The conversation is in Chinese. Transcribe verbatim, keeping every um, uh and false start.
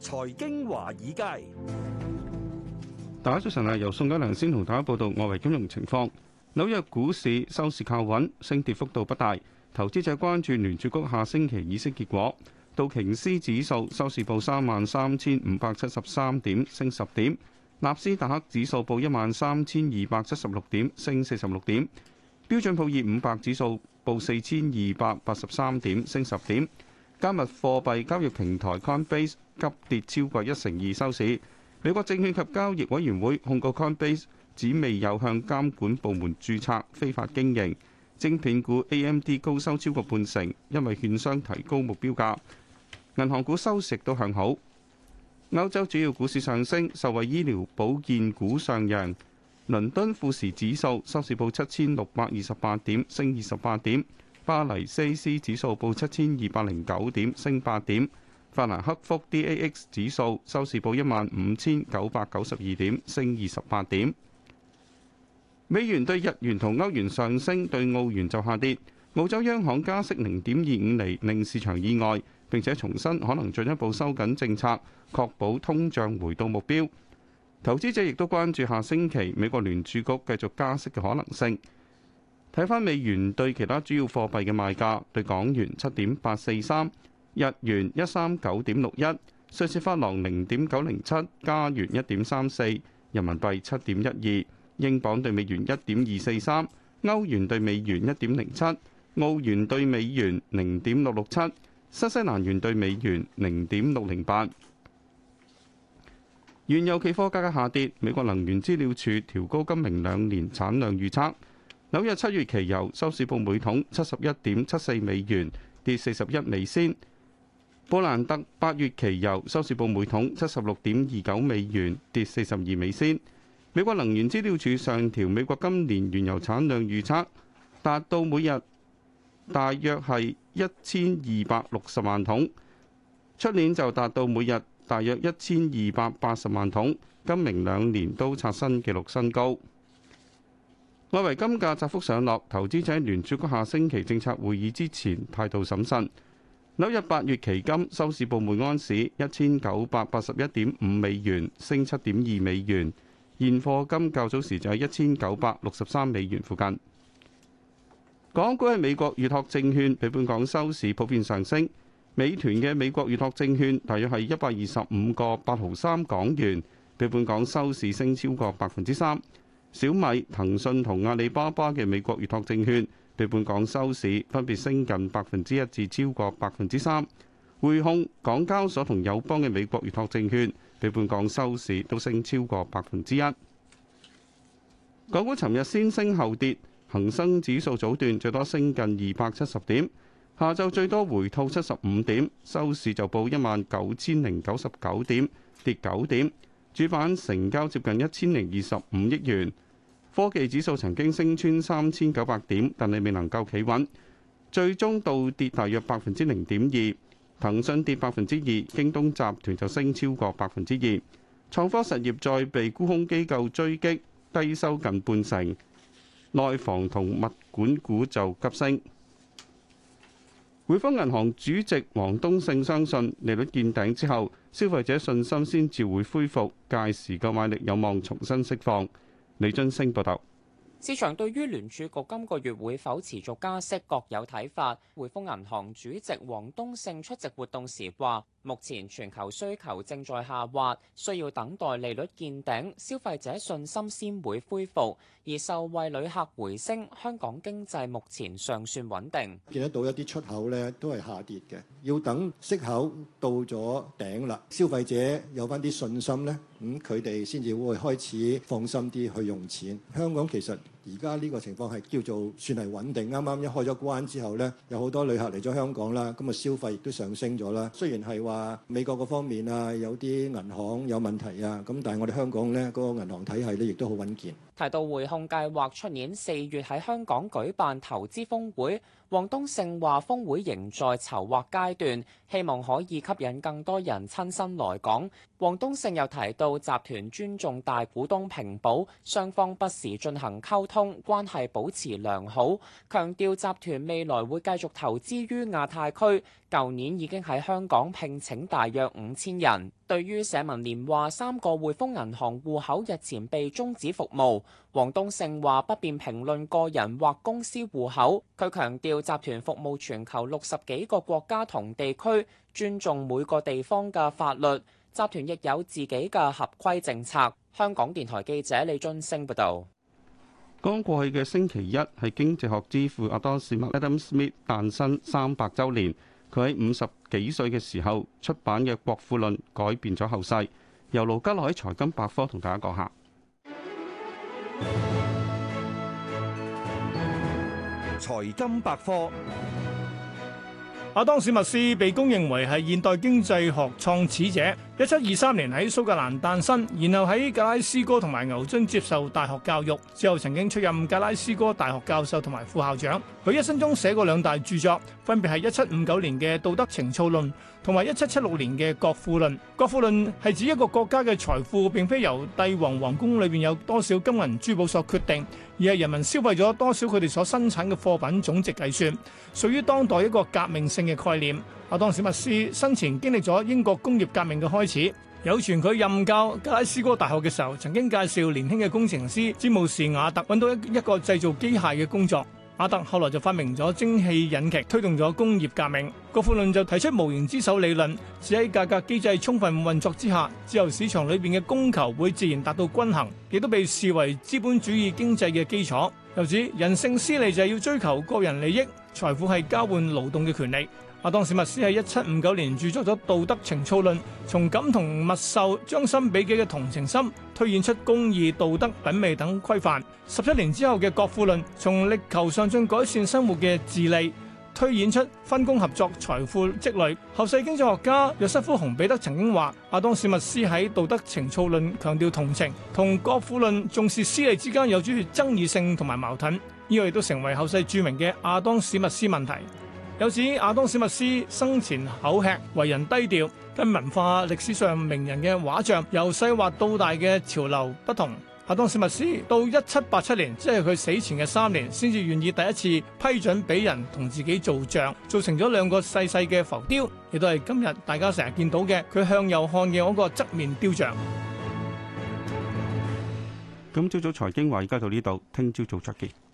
財經華爾街， 大家早晨啊！由宋嘉良先同大家報道外圍金融情況。紐約股市收市靠穩，升跌幅度不大。投資者關注聯儲局下星期議息結果。道瓊斯指數收市報三萬三千五百七十三點，升十點；納斯達克指數報一萬三千二百七十六點，升四十六點；標準普爾五百指數報四千二百八十三點，升十點。加密貨幣交易平台 Coinbase 急跌超過一成二收市。美國證券及交易委員會控告 Coinbase 指未有向監管部門註冊，非法經營。晶片股 A M D 高收超過半成，因為券商提高目標價。銀行股收市都向好。歐洲主要股市上升，受惠醫療保健股上揚。倫敦富時指數收市報七千六百二十八點，升二十八點。巴黎 C A C 指數報七千二百零九點，升八點。法蘭克福 D A X 指數收市報一萬五千九百九十二點，升二十八點。美元對日元同歐元上升，對澳元就下跌。澳洲央行加息零點二五厘，令市場意外，並且重申可能進一步收緊政策，確保通脹回到目標。投資者亦都關注下星期美國聯儲局繼續加息嘅可能性。睇返美元對其他主要貨幣嘅賣價，對港元七點八四三，日元一三九點六一，瑞士法郎零點九零七，加元一點三四，人民幣七點一二，英鎊對美元一點二四三，歐元對美元一點零七，澳元對美元零點六六七，新西蘭元對美元零點六零八。原油期貨價格下跌，美國能源資料處調高今明兩年產量預測。紐約七月期油收市報每桶七十一點七四美元，跌四十一美仙。布蘭特八月期油收市報每桶七十六點二九美元，跌四十二美仙。美國能源資料處上調美國今年原油產量預測，達到每日大約係一千二百六十萬桶，出年就達到每日大約一千二百八十萬桶，今明兩年都刷新紀錄新高。外圍金價窄幅上落，投資者喺聯儲局下星期政策會議之前態度審慎。紐約八月期金收市報每安士一千九百八十一點五美元，升七點二美元。現貨金較早時就喺一千九百六十三美元附近。港股喺美國預託證券比本港收市普遍上升。美團嘅美國預託證券大約係一百二十五個八毫三港元，比本港收市升超過百分之三。小米、騰訊同阿里巴巴嘅美國預託證券比本港收市分別升近百分之一至超過百分之三。匯控、港交所同友邦嘅美國預託證券比本港收市都升超過百分之一。港股尋日先升後跌，恒生指數早段最多升近二百七十點，下晝最多回吐七十五點，收市就報一萬九千零九十九點，跌九點。主板成交接近一千零二十五億元。科技指數曾經升穿三千九百點，但係未能夠企穩，最終倒跌大約百分之零點二。騰訊跌百分之二，京東集團就升超過百分之二。創科實業再被沽空機構追擊，低收近半成。內房同物管股就急升。匯豐銀行主席王冬勝相信利率見頂之後，消費者信心先至會恢復，屆時購買力有望重新釋放。李津升報道。 市場對於聯儲局今個月會否持續加息各有睇法。匯豐銀行主席王冬勝出席活動時話，目前全球需求正在下滑，需要等待利率見頂，消費者信心先會恢復。而受惠旅客回升，香港經濟目前尚算穩定。 見得到一啲出口咧都係下跌嘅，要等息口到咗頂啦，消費者有翻啲信心咧，咁佢哋先至會開始放心啲去用錢。香港其實而家呢個情況係叫做算係穩定，啱啱一開咗關之後咧，有好多旅客嚟咗香港啦，咁啊消費亦都上升咗啦。雖然係話美國嗰方面啊有啲銀行有問題啊，咁但係我哋香港咧嗰個銀行體系咧亦都好穩健。 提到匯控計劃出年四月喺香港舉辦投資峰會，王冬勝話峰會仍在籌劃階段，希望可以吸引更多人親身來港。王冬勝又提到集團尊重大股東平保，雙方不時進行溝通，關係保持良好，強調集團未來會繼續投資於亞太區，舊年已經喺香港聘請大約五千人。對於社民連話三個匯豐銀行戶口日前被終止服務，王冬勝話不便評論個人或公司戶口。佢強調集團服務全球六十幾個國家同地區，尊重每個地方嘅法律。集團亦有自己嘅合規政策。香港電台記者李津升報導。 剛過去嘅星期一係經濟學之父亞當史密 Adam Smith 誕生三百週年。佢喺五十幾歲嘅時候出版嘅《國富論》改變咗後世。由盧家樂喺財金百科同大家講下。 財金百科。 亞當史密斯被公認為係現代經濟學創始者。一七二三年喺蘇格蘭誕生，然後喺格拉斯哥同埋牛津接受大學教育，之後曾經出任格拉斯哥大學教授同埋副校長。佢一生中寫過兩大著作，分別係一七五九年嘅《道德情操論》同埋一七七六年嘅《國富論》。《國富論》係指一個國家嘅財富並非由帝王皇宮裏邊有多少金銀珠寶所決定，而係人民消費咗多少佢哋所生產嘅貨品總值計算，屬於當代一個革命性嘅概念。亞當史密斯生前經歷咗英國工業革命嘅開始，有傳佢任教格拉斯哥大學嘅時候，曾經介紹年輕嘅工程師詹姆士瓦特揾到一一個製造機械嘅工作。瓦特後來就發明咗蒸汽引擎，推動咗工業革命。國富論就提出無形之手理論，指喺價格機制充分運作之下，自由市場裏邊嘅供求會自然達到均衡，亦都被視為資本主義經濟嘅基礎。又指人性私利就係要追求個人利益，財富係交換勞動嘅權利。亞當史密斯喺一七五九年著作咗《道德情操論》，從感同身受、將心比己嘅同情心，推演出公義、道德、品味等規範。十七年之後嘅《國富論》，從力求上進改善生活嘅自利，推演出分工合作、財富積累。後世經濟學家約瑟夫·熊彼德曾經話，亞當史密斯喺《道德情操論》強調同情，同《國富論》重視私利之間有住爭議性同埋矛盾。呢個亦都成為後世著名嘅亞當史密斯問題。有指亞當史密斯生前口吃，為人低調，跟文化歷史上名人嘅畫像由細畫到大嘅潮流不同。亞當史密斯到一七八七年，即係佢死前嘅三年，先至願意第一次批准俾人同自己做像，做成咗兩個細細嘅浮雕，亦都係今日大家成日見到嘅佢向右看嘅嗰個側面雕像。 今朝早財經話而家到呢度，聽朝早再見。